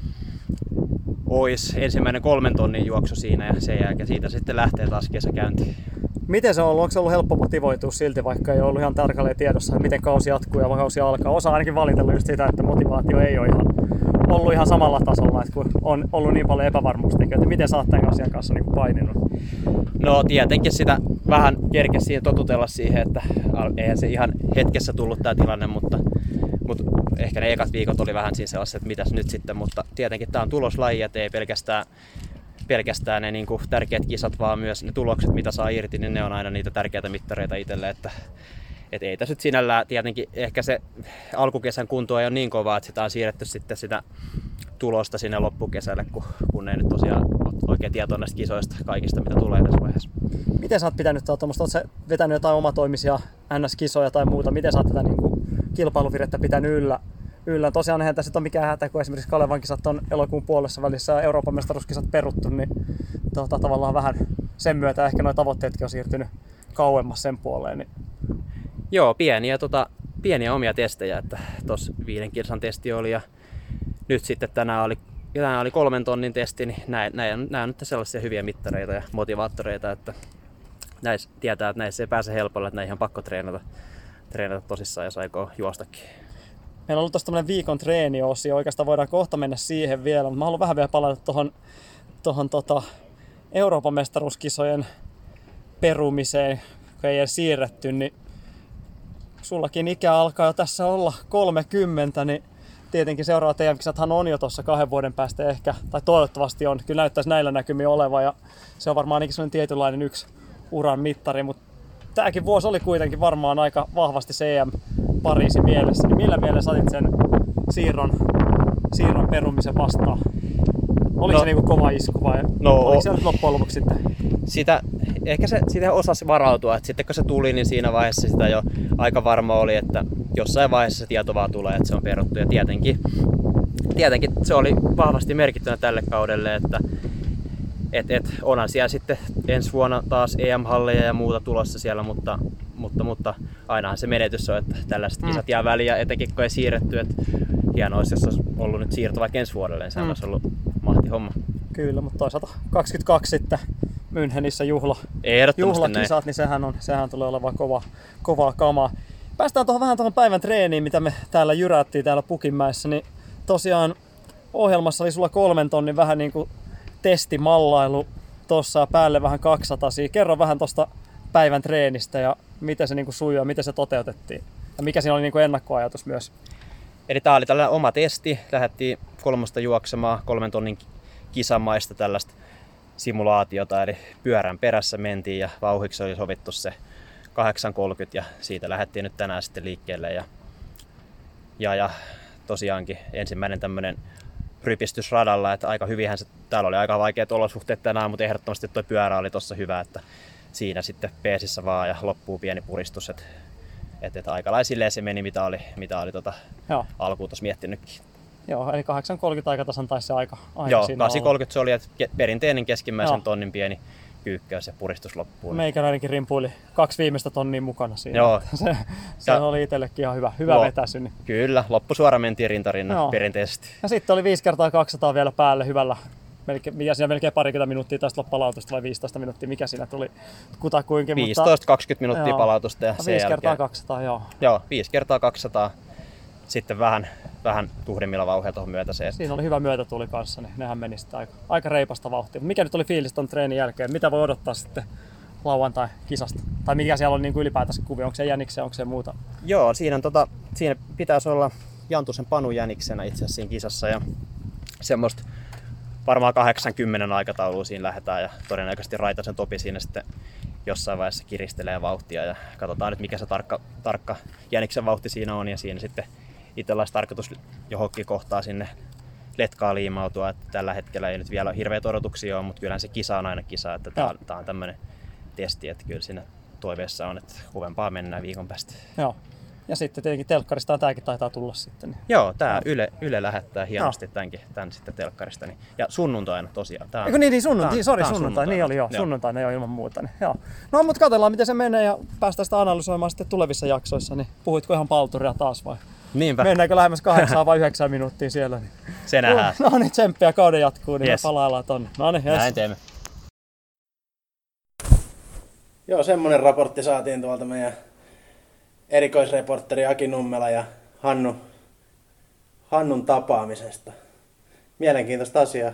olisi ensimmäinen 3 tonnin juoksu siinä ja sen jälkeen siitä sitten lähtee taas kesäkäyntiin. Miten se on ollut? Onko se ollut helppo motivoitua silti, vaikka ei ollut ihan tarkalleen tiedossa, miten kausi jatkuu ja kausi alkaa? Osa ainakin valitellut just sitä, että motivaatio ei ole ollut ihan samalla tasolla, että kun on ollut niin paljon epävarmuustekijöitä. Miten sä oot tämän asian kanssa niin paininut? No tietenkin sitä vähän kerkesi siihen totutella siihen, että eihän se ihan hetkessä tullut tämä tilanne, mutta ehkä ne ekat viikot oli vähän siinä sellaiset, että mitäs nyt sitten, mutta tietenkin tämä on tuloslaji, että ei pelkästään ne niin kuin tärkeät kisat, vaan myös ne tulokset, mitä saa irti, niin ne on aina niitä tärkeitä mittareita itselle, että ei tässä nyt sinällään tietenkin ehkä se alkukesän kunto ei ole niin kovaa, että sitä on siirretty sitten sitä tulosta sinne loppukesälle, kun ei nyt tosiaan oikein tietoa näistä kisoista kaikista, mitä tulee tässä vaiheessa. Miten sä oot pitänyt tuommoista, oot sä vetänyt jotain omatoimisia NS-kisoja tai muuta, miten sä oot tätä niin kuin kilpailuvirettä pitänyt yllä? Tosiaan eihän tässä nyt ole mikään hätä, kun esimerkiksi Kalevan kisat on elokuun puolessa välissä ja Euroopan mestaruuskisat peruttu, niin tavallaan vähän sen myötä ehkä nuo tavoitteetkin on siirtynyt kauemmas sen puoleen. Niin. Joo, pieniä omia testejä, että tuossa 5 kilsan testi oli ja nyt sitten tänään oli 3 tonnin testi, niin nämä on nyt sellaisia hyviä mittareita ja motivaattoreita, että näissä tietää, että näissä ei pääse helpolla, että näihin on pakko treenata tosissaan, jos aikoo juostakin. Meillä on ollut tuossa tämmöinen viikon treeniosio, oikeastaan voidaan kohta mennä siihen vielä, mutta mä haluan vähän vielä palata tuohon Euroopan mestaruuskisojen perumiseen, kun ei edes siirretty, niin sullakin ikä alkaa jo tässä olla 30, niin tietenkin seuraavat EM-kisathan on jo tuossa 2 vuoden päästä ehkä, tai toivottavasti on, kyllä näyttäisi näillä näkymin oleva, ja se on varmaan ainakin sellainen tietynlainen yksi uran mittari, mutta tämäkin vuosi oli kuitenkin varmaan aika vahvasti se EM Pariisin mielessä, niin millä mielessä otit sen siirron perumisen vastaan? Oliko se niinku kova isku vai oliko se nyt loppujen lopuksi sitten? Sitä osasi varautua, että sitten kun se tuli, niin siinä vaiheessa sitä jo aika varma oli, että jossain vaiheessa se tieto vaan tulee, että se on peruttu. Ja tietenkin se oli vahvasti merkittynä tälle kaudelle, että onhan siellä sitten ensi vuonna taas EM-halleja ja muuta tulossa siellä, mutta ainahan se menetys on, että tällaiset kisat jää väliin ja etenkin kun ei siirretty, että hienoa olisi, jos olisi ollut nyt siirto vaikka ensi vuodelle, niin sehän olisi ollut mahti homma. Kyllä, mutta toisaalta 22 sitten Münchenissä juhlakisat, niin sehän tulee olemaan kovaa kamaa. Päästään vähän tuohon päivän treeniin, mitä me täällä jyrättiin täällä Pukinmäessä, niin tosiaan ohjelmassa oli sulla 3 tonnin vähän niin kuin testimallailu tossa päälle vähän 200. Kerro vähän tuosta päivän treenistä ja miten se niin kuin sujui ja miten se toteutettiin. Ja mikä siinä oli niin kuin ennakkoajatus myös. Eli tää oli tällainen oma testi. Lähdettiin 3 juoksemaan 3 tonnin kisamaista tällaista simulaatiota. Eli pyörän perässä mentiin ja vauhiksi oli sovittu se 8.30 ja siitä lähdettiin nyt tänään sitten liikkeelle. Ja tosiaankin ensimmäinen tämmönen rypistys radalla, että aika hyvinhän se, täällä oli aika vaikeat olosuhteet tänään, mutta ehdottomasti tuo pyörä oli tossa hyvä, että siinä sitten peesissä vaan ja loppuu pieni puristus, että aikalaisilleen se meni, mitä oli alkuun tuossa miettinytkin. Joo, eli 8.30 aikatasan taisi se aika joo, siinä 8.30 se oli, että perinteinen keskimmäisen tonnin pieni kyykkäys ja puristus loppuun. Meikäläinenkin rimpuili 2 viimeistä tonnia mukana siinä. Joo. Se oli itsellekin ihan hyvä vetäsy. Niin. Kyllä, loppusuora mentiin rintarinnan perinteisesti. Ja sitten oli 5x200 vielä päälle hyvällä. Mikä siinä melkein parikymmentä minuuttia taisi olla palautusta vai 15 minuuttia, mikä siinä tuli kutakuinkin. 15-20 minuuttia palautusta ja sen jälkeen. 5x200, joo. Joo, 5x200. Sitten vähän tuhdimmilla vauheilla tuohon myötäiseen. Siinä oli hyvä myötätuli kanssa, niin nehän meni sitten aika reipasta vauhtia. Mikä nyt oli fiilis ton treenin jälkeen? Mitä voi odottaa sitten lauantai-kisasta? Tai mikä siellä on niin kuin ylipäätänsä kuvio? Onko se jäniksen, onko se muuta? Joo, siinä pitäisi olla Jantusen Panu jäniksenä itse asiassa siinä kisassa. Ja semmoista varmaan 80 aikataulua siinä lähdetään ja todennäköisesti Raitasen Topi siinä sitten jossain vaiheessa kiristelee vauhtia ja katsotaan nyt mikä se tarkka jäniksen vauhti siinä on ja siinä sitten itsellä olisi tarkoitus johonkin kohtaa sinne letkaa liimautua, että tällä hetkellä ei nyt vielä hirveitä odotuksia ole, mutta kyllähän se kisa on aina kisa, että tämä on tämmöinen testi, että kyllä siinä toiveessa on, että kovempaa mennään viikon päästä. Joo. Ja sitten tietenkin telkkarista tämäkin taitaa tulla sitten. Niin. Joo, tämä Yle lähettää hienosti tämän sitten telkkarista. Niin. Ja sunnuntaina tosiaan. Sunnuntai. Niin oli joo. Sunnuntaina jo ilman muuta. Niin, joo. No mutta katsellaan miten se menee ja päästään sitä analysoimaan sitten tulevissa jaksoissa. Niin puhuitko ihan palturia taas vai? Niinpä. Mennäänkö lähemmäs 8 vai 9 minuuttia siellä? Niin. Se nähdään. No niin, tsemppiä, kauden jatkuu, niin yes. Me palaillaan tonne. No niin, näin teemme. Joo, semmonen raportti saatiin tuolta meidän erikoisreportteri Aki Nummela ja Hannun tapaamisesta. Mielenkiintoista asiaa.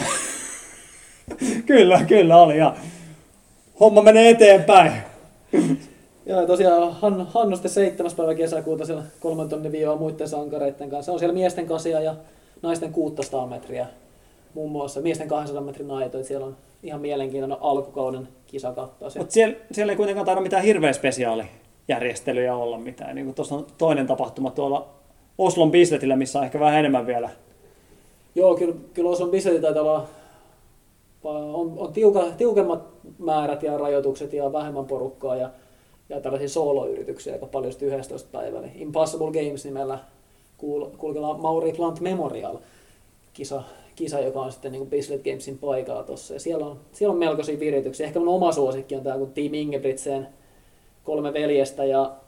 Kyllä oli ja homma menee eteenpäin. Joo, tosiaan Hannu sitten 7. päivä kesäkuuta siellä 3 tonnin viivaa muiden sankareiden kanssa. On siellä miesten 8 ja naisten 600 metriä. Muun muassa miesten 200 metrin aito. Siellä on ihan mielenkiintoinen alkukauden kisakatto. Mutta siellä ei kuitenkaan taida mitään hirveä spesiaalijärjestelyjä olla mitään. Niin tuossa on toinen tapahtuma tuolla Oslon Bisletillä, missä on ehkä vähän enemmän vielä. Joo, kyllä Oslon Bisletti taitaa olla on tiukemmat määrät ja rajoitukset ja vähemmän porukkaa ja tällaisia solo-yrityksiä aika paljon 11 päivällä. Impossible Games nimellä kulkeva Mauri Plant Memorial kisa, joka on sitten niin Bislett Gamesin paikalla tuossa. Ja siellä on melkoisia virityksiä. Ehkä mun oma suosikki on tämä, kun Team Ingebrigtsen 3 veljestä ja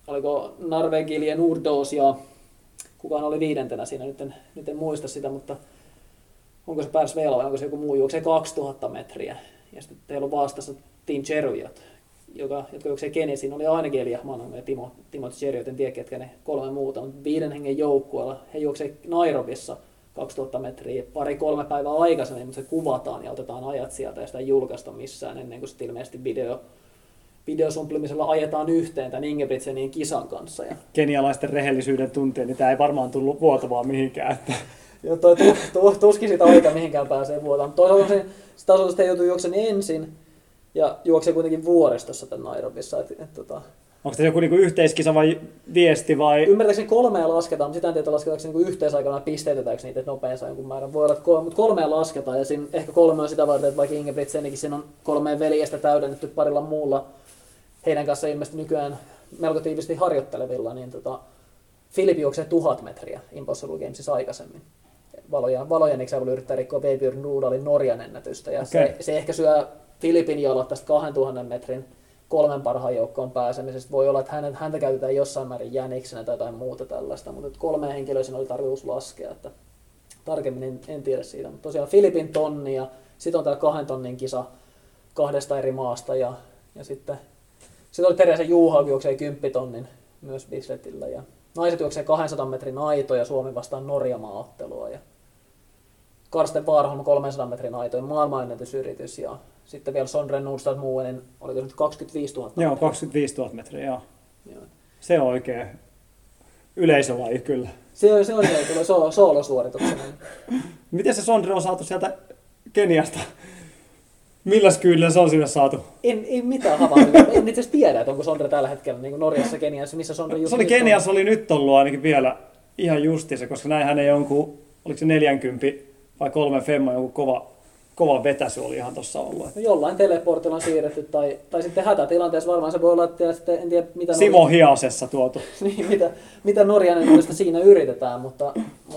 oliko Norvegilje Nordos ja kukaan oli 5. siinä, nyt en muista sitä, mutta onko se Pers Vela vai onko se joku muu, juoksee 2000 metriä. Ja sitten teillä on vastassa Team Cheruiyot, jotka juoksee Kenia. Siinä oli ainakin Elijah Manong ja Timothy Cheruiyot, en tiedä ketkä ne 3 muuta, mutta 5 hengen joukkueella. He juoksee Nairobissa 2000 metriä 2-3 päivää aikaisemmin, mutta se kuvataan ja otetaan ajat sieltä ja sitä ei julkaista missään ennen kuin sitten ilmeisesti videosumplimisella ajetaan yhteen tämän Ingebrigtsenin kisan kanssa. Ja Kenialaisten rehellisyyden tunteen, niin tämä ei varmaan tullut vuotavaan mihinkään. Että. ja tuskin sitä aika mihinkään pääsee vuotaan. Toisaalta se tasolla joutuu juoksemaan ensin ja juoksee kuitenkin vuoristossa tämän Nairobissa. Onko tämä joku niinku yhteiskisa vai viesti vai? Ymmärtääkseni 3 lasketaan, mutta sitä en tiedä, lasketaanko se niinku yhteisaikana pisteytetäänkö niitä, että nopein saa jonkun määrän. Voi olla, että mutta 3 lasketaan ja siinä ehkä 3 on sitä varten, että vaikka Ingebrigtsenikin siinä on 3 veljestä täydennetty parilla muulla heidän kanssa ilmeisesti nykyään melko tiivisti harjoittelevilla, niin Filip juoksee 1000 metriä Impossible Gamesissa aikaisemmin. Valojaniksi voi yrittää rikkoa Vebjörn Rudalin Norjan ennätystä ja se ehkä syö Filipin jalat tästä 2000 metrin 3 parhaan joukkoon pääsemisestä. Voi olla, että häntä käytetään jossain määrin jäniksenä tai jotain muuta tällaista, mutta 3 henkilöä siinä oli tarkoitus laskea. Että tarkemmin en tiedä siitä, mutta tosiaan Filipin tonni ja sitten on tämä 2 tonnin kisa 2 eri maasta ja sitten oli Teresa Juhaug juoksee 10 tonnin myös Bisletillä ja naiset juoksee 200 metrin aito ja Suomi vastaan Norja-maaottelua ja Karsten Warholm 300 metrin aitojen maailmanennätysyritys ja sitten vielä Sondre Nordstad Moenin, oliko se nyt 25 000 metriä? Joo, 25 000 metriä, joo. Se on oikein yleisölaji kyllä. Se on soolosuorituksena. Miten se Sondre on saatu sieltä Keniasta? Milläs kyydellä se on sinne saatu? En mitään havaintoa. En itse asiassa tiedä, että onko Sondre tällä hetkellä niin Norjassa, Keniassa, missä Sondre just se oli Keniassa, oli nyt ollut ainakin vielä ihan justiinsa, koska näinhän ei jonkun, oliko se 40 vai 3 femma, joku kova vetäsy oli ihan tuossa ollut. No jollain teleportilla on siirretty tai sitten hätätilanteessa varmaan se voi olla, että sitten en tiedä mitä Simo Hiasessa tuotu. Niin, mitä Norjan ennätystä siinä yritetään, mutta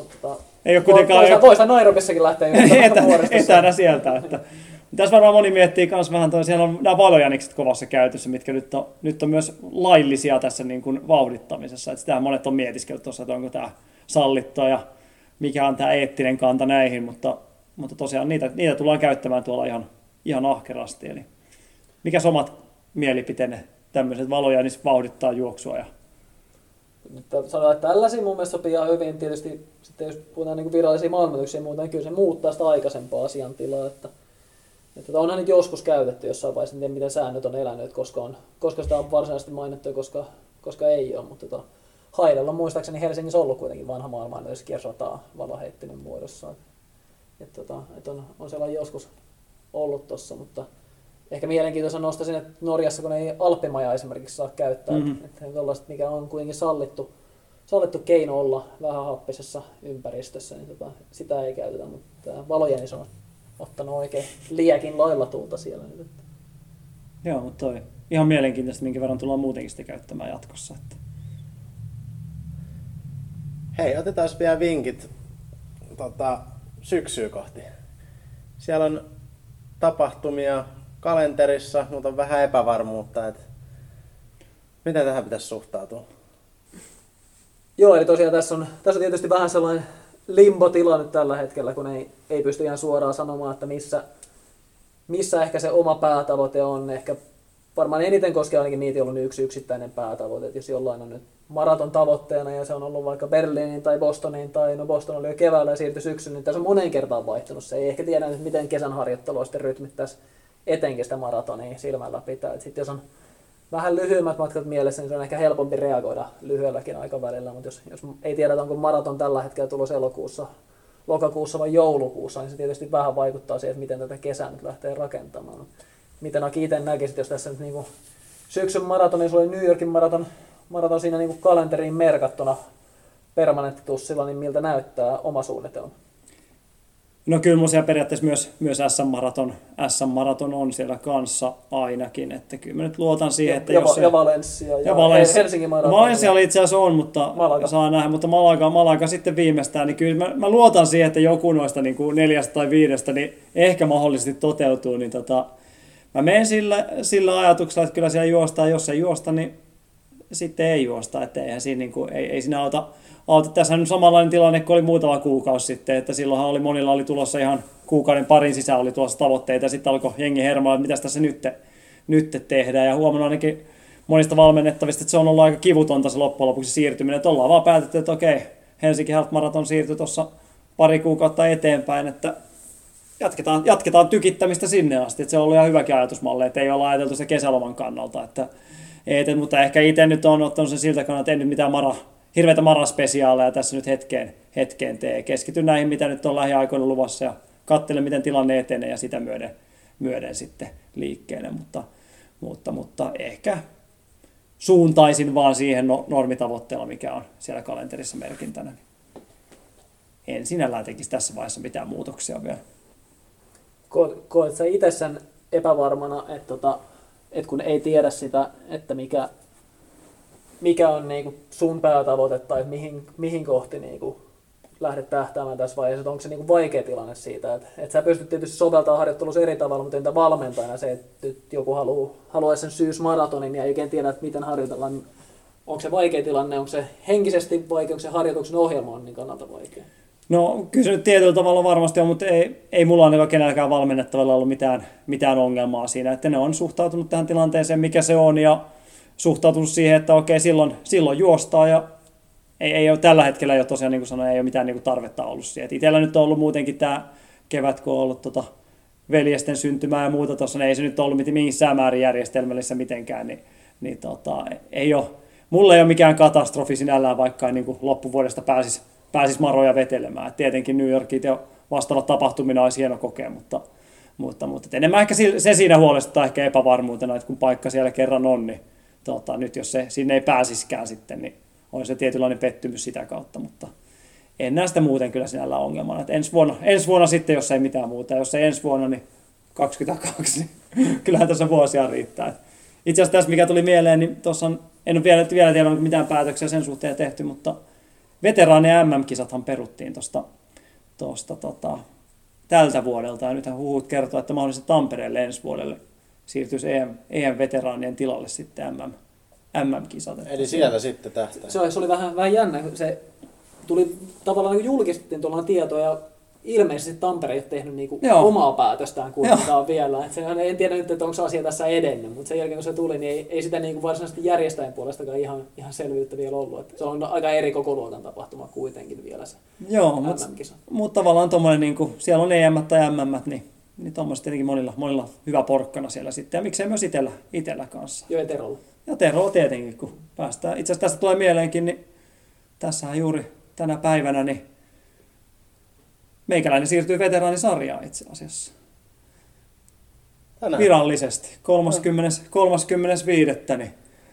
ei ole kuitenkaan voisi Nairobissakin lähteä etänä sieltä. Että. Tässä varmaan moni miettii myös vähän, siellä on nämä valojanikset kovassa käytössä, mitkä nyt on myös laillisia tässä niin kuin vauhdittamisessa. Että sitähän monet on mietiskellyt tuossa, että onko tämä sallittua ja mikä on tämä eettinen kanta näihin, mutta tosiaan niitä tullaan käyttämään tuolla ihan ahkerasti. Eli mikäs omat mielipiteenne tämmöiset valojanis vauhdittaa juoksua? Sanotaan, että tällaisia mun mielestä sopii ihan hyvin. Tietysti sitten jos puhutaan niin virallisia maailmanlaajuisia ja muuta, niin kyllä se muuttaa sitä aikaisempaa asiantilaa. Että onhan nyt joskus käytetty jossain vaiheessa, en tiedä miten säännöt on elänyt, koska sitä on varsinaisesti mainittu ja koska ei ole. Mutta Haidella on muistaakseni Helsingissä ollut kuitenkin vanha maailmanlaajuinen kierrorataa valoheittimen muodossa. Että on sellainen joskus ollut tuossa, mutta ehkä mielenkiintoisen nostaisin, että Norjassa kun ei Alppimaja esimerkiksi saa käyttää, että tollaista, mikä on kuitenkin sallittu keino olla vähän happisessa ympäristössä, niin sitä ei käytetä, mutta tämä valojänis on ottanut oikein liekin lailla tulta siellä nyt. Joo, mutta toi ihan mielenkiintoista, minkä verran tullaan muutenkin sitä käyttämään jatkossa. Että. Hei, otetaan vielä vinkit syksyä kohti. Siellä on tapahtumia kalenterissa, mutta on vähän epävarmuutta, että miten tähän pitäisi suhtautua? Joo, eli tosiaan tässä on tietysti vähän sellainen limbo-tila nyt tällä hetkellä, kun ei pysty ihan suoraan sanomaan, että missä ehkä se oma päätavoite on. Ehkä varmaan eniten koskee ainakin niitä, joilla on yksi yksittäinen päätavoite. Että jos jollain on nyt maraton tavoitteena ja se on ollut vaikka Berliiniin tai Bostoniin tai Boston oli jo keväällä ja siirtyi syksyyn, niin tässä on moneen kertaan vaihtunut. Se ei ehkä tiedä, että miten kesän harjoittelua sitten rytmittäisi etenkin sitä maratonia silmällä pitää. Sitten jos on vähän lyhyemmät matkat mielessä, niin se on ehkä helpompi reagoida lyhyelläkin aikavälillä, mutta jos ei tiedä, onko maraton tällä hetkellä tulossa lokakuussa vai joulukuussa, niin se tietysti vähän vaikuttaa siihen, että miten tätä kesää nyt lähtee rakentamaan. Miten Aki itse näkisit, jos tässä nyt niin syksyn maraton, sulla oli New Yorkin maraton siinä niin kalenteriin merkattuna permanenttitussilla, niin miltä näyttää oma suunnitelma? No kyllä mun siellä periaatteessa myös SM-maraton on siellä kanssa ainakin, että kyllä mä nyt luotan siihen, että jos se... Ja Valencia ja Helsingin maraton. Valencia oli itse asiassa on, mutta saa nähdä, mutta Malaga sitten viimeistään, niin kyllä mä luotan siihen, että joku noista niin kuin 4 tai 5, niin ehkä mahdollisesti toteutuu, niin mä menen sillä ajatuksella, että kyllä siellä juostaan, jos ei juosta, niin sitten ei juosta, että eihän siinä, niin kuin, ei siinä auta. Tässä on samanlainen tilanne kuin oli muutama kuukausi sitten, että silloinhan monilla oli tulossa ihan kuukauden parin sisään oli tulossa tavoitteita ja sitten alkoi jengi hermoilla, että mitä tässä nyt tehdään ja huomannut ainakin monista valmennettavista, että se on ollut aika kivutonta se loppujen lopuksi siirtyminen, että ollaan vaan päätetty, että okei, Helsinki Half Marathon siirtyi tuossa pari kuukautta eteenpäin, että jatketaan tykittämistä sinne asti, että se on ollut ihan hyväkin ajatusmalli, että ei olla ajateltu se kesäloman kannalta, mutta ehkä itse nyt on ottanut sen siltä kannalta, että en nyt mitään hirveitä maraspesiaaleja tässä nyt hetkeen tee. Keskityn näihin, mitä nyt on lähiaikoina luvassa ja katselen, miten tilanne etenee ja sitä myöden sitten liikkeelle, mutta ehkä suuntaisin vaan siihen normitavoitteella, mikä on siellä kalenterissa merkintänä. En sinällään tekisi tässä vaiheessa mitään muutoksia vielä. Koet sä itse sen epävarmana, että kun ei tiedä sitä, että mikä on niinku sun päätavoite tai mihin kohti niinku lähdet tähtäämään tässä vaiheessa, että onko se niinku vaikea tilanne siitä, että sä pystyt tietysti soveltamaan harjoittelussa eri tavalla, mutta entä valmentajana se, että joku haluaa sen syysmaratonin ja ei oikein tiedä, että miten harjoitellaan, niin onko se vaikea tilanne, onko se henkisesti vaikea, onko se harjoituksen ohjelma on niin kannalta vaikea? No kyllä se nyt tietyllä tavalla varmasti on, mutta ei mulla ainakaan kenelläkään valmennettavalla ollut mitään ongelmaa siinä, että ne on suhtautunut tähän tilanteeseen, mikä se on, ja suhtautunut siihen, että okei, silloin juostaa, ja ei ole tällä hetkellä jo tosiaan, niin kuin sanoin, ei ole mitään niin kuin tarvetta ollut siihen. Itsellä nyt on ollut muutenkin tämä kevät, kun on ollut veljesten syntymää ja muuta tuossa, niin ei se nyt ollut missään määrin järjestelmällisessä mitenkään, mulla ei ole mikään katastrofi sinällään, vaikka niin kuin loppuvuodesta pääsis maroja vetelemään. Et tietenkin New Yorkit ja vastaavat tapahtumina olisi hieno kokea, mutta enemmän ehkä se siinä huolestuttaa ehkä epävarmuutena, että kun paikka siellä kerran on, niin nyt jos se sinne ei pääsiskään sitten, niin on se tietynlainen pettymys sitä kautta, mutta en näe sitä muuten kyllä sinällään ongelmana. Et ensi vuonna sitten, jos ei mitään muuta, jos ei ensi vuonna, niin 22, niin kyllähän tässä vuosia riittää. Itse asiassa tässä, mikä tuli mieleen, niin tuossa en ole vielä tiedä, onko mitään päätöksiä sen suhteen tehty, mutta veteraanien MM-kisathan peruttiin tuosta tältä vuodelta, ja nythän huhut kertoo, että mahdollisesti Tampereelle ensi vuodelle siirtyisi EM-veteraanien tilalle sitten MM-kisat. Eli siellä sitten tähtää. Se oli vähän jännä, se tuli tavallaan niin julkistettiin tuollainen tieto, ja ilmeisesti Tampere ei ole tehnyt niinku omaa päätöstään kuitenkaan vielä. En tiedä nyt, että onko se asia tässä edennyt, mutta sen jälkeen kun se tuli, niin ei sitä niinku varsinaisesti järjestäjän puolestakaan ihan selvyyttä vielä ollut. Että se on aika eri kokoluokan tapahtuma kuitenkin vielä se MM-kisa. Mutta tavallaan tuommoinen, niinku, siellä on EM tai MM, niin tuommoista tietenkin monilla hyvä porkkana siellä sitten. Ja miksei myös itsellä kanssa. Joo, ja Terolla. Ja Terolla tietenkin, kun päästään. Itse asiassa tästä tulee mieleenkin, niin tässähän juuri tänä päivänä, niin meikäläinen siirtyy veteraanisarjaan itse asiassa. Tänään. Virallisesti. 30.5. Niin,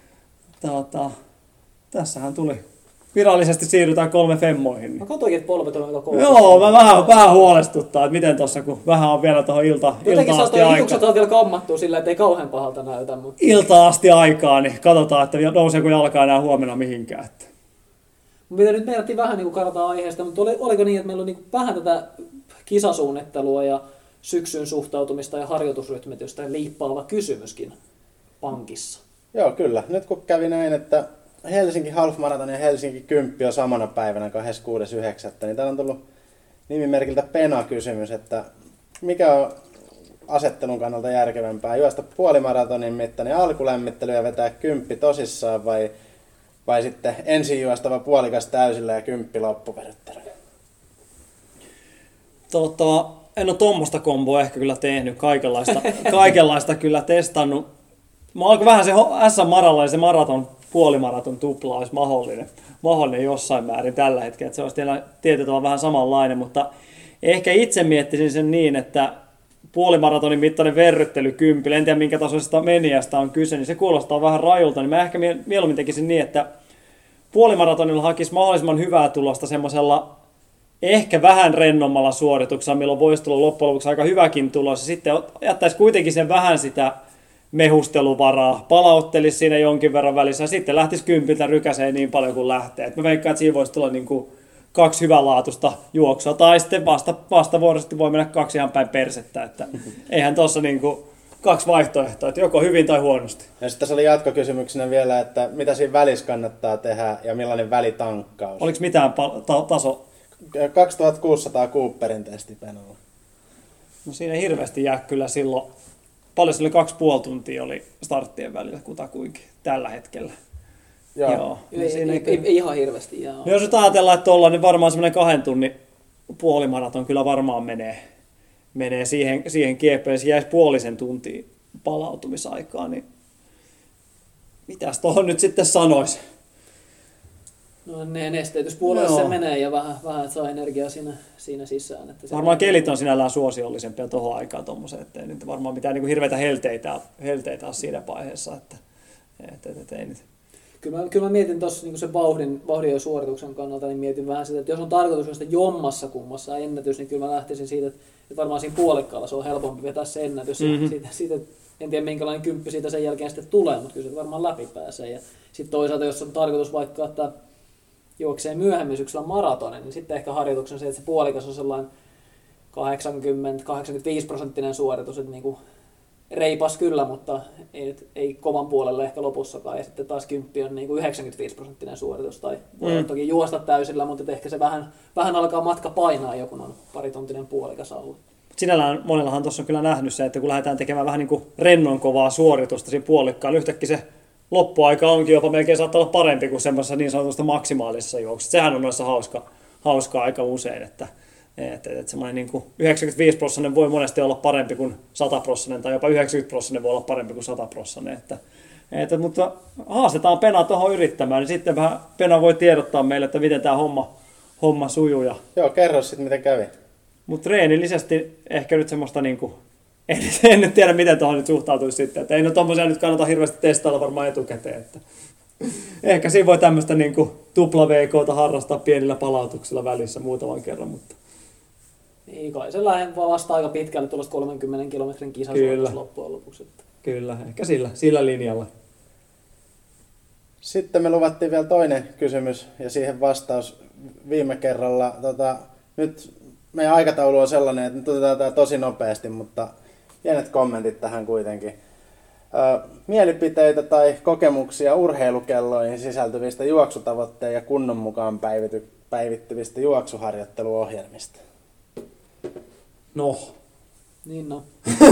tässähän tuli. Virallisesti siirrytään 3 femmoihin. Niin. Mä katsoinkin, että polvet on aika kovaa. Joo, mä vähän huolestuttaa, että miten tuossa, kun vähän on vielä tuohon ilta asti aikaa. Hiukset on vielä kammattua sillä, että ei kauhean pahalta näytä. Mutta Ilta asti aikaa, niin katsotaan, että nouseeko jalka enää huomenna mihinkään. Mitä nyt meilattiin vähän niin kartaa aiheesta, mutta oliko niin, että meillä on niin vähän tätä kisasuunnittelua ja syksyn suhtautumista ja harjoitusrytmitystä liippaava kysymyskin pankissa? Joo, kyllä. Nyt kun kävi näin, että Helsinki Half Marathon ja Helsinki 10 on samana päivänä 26.9., niin täällä on tullut nimimerkiltä Pena-kysymys, että mikä on asettelun kannalta järkevämpää, juosta puolimaratonin mittainen alkulämmittely ja vetää 10 tosissaan vai sitten ensin juostava puolikas täysillä ja 10 loppuveryttely? En ole tuommoista komboa ehkä kyllä tehnyt, kaikenlaista kyllä testannut. Mä alkoi vähän se SM-maralla ja se puolimaraton tupla olisi mahdollinen jossain määrin tällä hetkellä, että se olisi tietyllä tavalla vähän samanlainen, mutta ehkä itse miettisin sen niin, että puolimaratonin mittainen verryttely 10, en tiedä minkä tasoisesta menijästä on kyse, niin se kuulostaa vähän rajulta, niin mä ehkä mieluummin tekisin niin, että puolimaratonilla hakisi mahdollisimman hyvää tulosta semmoisella ehkä vähän rennommalla suorituksella, milloin voisi tulla loppujen lopuksi aika hyväkin tulos, ja sitten jättäisi kuitenkin sen vähän sitä mehusteluvaraa, palauttelisi siinä jonkin verran välissä, ja sitten lähtisi 10 rykäseen niin paljon kuin lähtee. Et mä veikkaan, että siinä voisi tulla niin kuin 2 hyvänlaatuista juoksua, tai sitten vastavuoroisesti voi mennä 2 ihan päin persettä, että eihän tuossa niin kuin kaksi vaihtoehtoa, että joko hyvin tai huonosti. Ja sitten tässä oli jatkokysymyksenä vielä, että mitä siinä välissä kannattaa tehdä ja millainen välitankkaus. Oliko mitään taso? 2600 Cooperin testi Penolla. No siinä ei hirveästi jää kyllä silloin. Paljon sille 2,5 tuntia oli starttien välillä kutakuinkin tällä hetkellä. Joo. Ei ihan hirveästi. No jos nyt ajatellaan, että ollaan, niin varmaan semmoinen 2 tunnin puolimaraton kyllä varmaan menee siihen kiepeen. Se jäisi puolisen tuntia palautumisaikaa, niin mitäs tuohon nyt sitten sanoisi? No nesteytyspuolelle se menee ja vähän saa energiaa siinä sisään. Että varmaan kelit on sinällään suosiollisempia tuohon aikaan tuommoiseen, ettei nyt varmaan mitään niin kuin hirveitä helteitä ole siinä vaiheessa. Että ei nyt. Kyllä mä mietin tuossa niin se vauhdin ja suorituksen kannalta, niin mietin vähän sitä, että jos on tarkoitus vasta jommassa kummassa ennätys, niin kyllä mä lähtisin siitä, että varmaan siinä puolikkaalla se on helpompi vetää se ennätys. Siitä, en tiedä minkälainen kymppi siitä sen jälkeen sitten tulee, mutta kyllä se varmaan läpi pääsee. Ja sitten toisaalta, jos on tarkoitus vaikka, että juoksee myöhemmin syksyllä maratonin, niin sitten ehkä harjoituksen se, että se puolikas on sellainen 80-85% suoritus, että niinku reipas kyllä, mutta ei kovan puolelle ehkä lopussakaan. Ja sitten taas 10 on niinku 95% suoritus, tai voi toki juosta täysillä, mutta ehkä se vähän alkaa matka painaa joku on parituntinen puolikas alla. Sinällään monellahan tuossa on kyllä nähnyt se, että kun lähdetään tekemään vähän niin kuin rennon kovaa suoritusta siinä puolikkaan, yhtäkkiä se loppuaika onkin jopa melkein saattaa olla parempi kuin semmoisessa niin sanotusta maksimaalisessa juoksussa. Sehän on noissa hauskaa aika usein, että semmoinen niin kuin 95% voi monesti olla parempi kuin 100% tai jopa 90% voi olla parempi kuin 100%. Mutta haastetaan Pena tuohon yrittämään, niin sitten vähän Pena voi tiedottaa meille, että miten tämä homma sujuu. Joo, kerro sitten miten kävi. Mutta treenillisesti ehkä nyt semmoista niinku, en nyt tiedä miten tuohon nyt suhtautuisi sitten, että ei no tommosia nyt kannata hirveästi testailla varmaan etukäteen, että ehkä siinä voi tämmöistä niinku tupla-VK:ta harrastaa pienillä palautuksilla välissä muutaman kerran, mutta niin kai se vastaa aika pitkälle tuollaista 30 kilometrin kisasuoritus loppujen lopuksi. Että. Kyllä, ehkä sillä linjalla. Sitten me luvattiin vielä toinen kysymys ja siihen vastaus viime kerralla. Nyt meidän aikataulu on sellainen, että nyt otetaan tämä tosi nopeasti, mutta pienet kommentit tähän kuitenkin. Mielipiteitä tai kokemuksia urheilukelloihin sisältyvistä juoksutavoitteen ja kunnon mukaan päivittyvistä juoksuharjoitteluohjelmista. No. Niin no.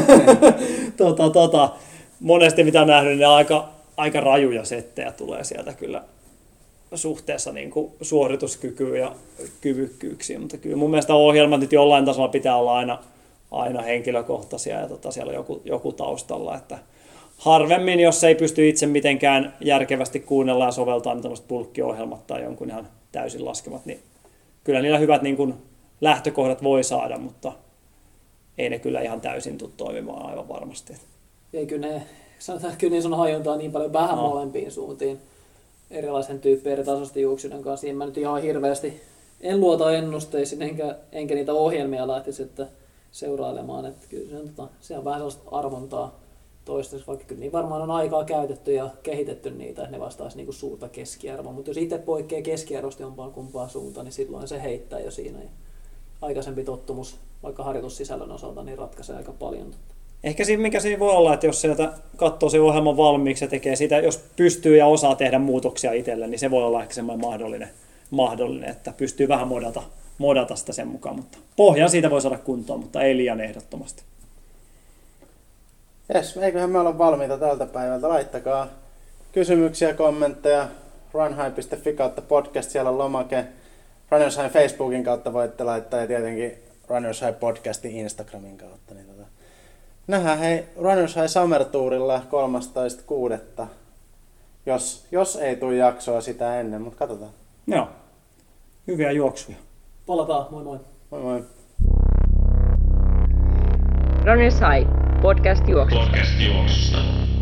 Monesti mitä on nähnyt, niin aika rajuja settejä tulee sieltä kyllä suhteessa niin kuin suorituskykyyn ja kyvykkyyksiin, mutta kyllä mun mielestä ohjelmat nyt jollain tasolla pitää olla aina henkilökohtaisia ja siellä on joku taustalla, että harvemmin, jos ei pysty itse mitenkään järkevästi kuunnella ja soveltaa tämmöiset bulkkiohjelmat tai jonkun ihan täysin laskemat, niin kyllä niillä hyvät niin kuin lähtökohdat voi saada, mutta ei ne kyllä ihan täysin tule toimimaan aivan varmasti. Ei kyllä niissä on hajuntaa niin paljon vähän molempiin suuntiin erilaisen tyyppien eri tasoisten juoksijoiden kanssa. Niin mä nyt ihan hirveästi en luota ennusteisiin enkä niitä ohjelmia lähtisi että seurailemaan. Että kyllä se on vähän sellaista arvontaa toistaiseksi, vaikka kyllä niin varmaan on aikaa käytetty ja kehitetty niitä, että ne vastaisi niinku suurta keskiarvoa. Mutta jos itse poikkeaa keskiarvosta jompaan kumpaan suuntaan, niin silloin se heittää jo siinä. Ja aikaisempi tottumus, vaikka harjoitussisällön osalta, niin ratkaisee aika paljon. Ehkä mikä siinä voi olla, että jos sieltä katsoo sen ohjelman valmiiksi ja tekee sitä, jos pystyy ja osaa tehdä muutoksia itselle, niin se voi olla ehkä semmoinen mahdollinen, että pystyy vähän modata sitä sen mukaan, mutta pohjan siitä voi saada kuntoon, mutta ei liian ehdottomasti. Jes, eiköhän me olla valmiita tältä päivältä. Laittakaa kysymyksiä, kommentteja, runhigh.fi kautta podcast, siellä on lomake. Runners High Facebookin kautta voitte laittaa ja tietenkin Runners High podcastin Instagramin kautta. Niin nähdään hei Runners High Summer Tourilla 13.6. Jos ei tule jaksoa sitä ennen, mutta katsotaan. Joo, hyviä juoksuja. Palataan, moi moi. Moi moi. Runners High, podcast juoksusta.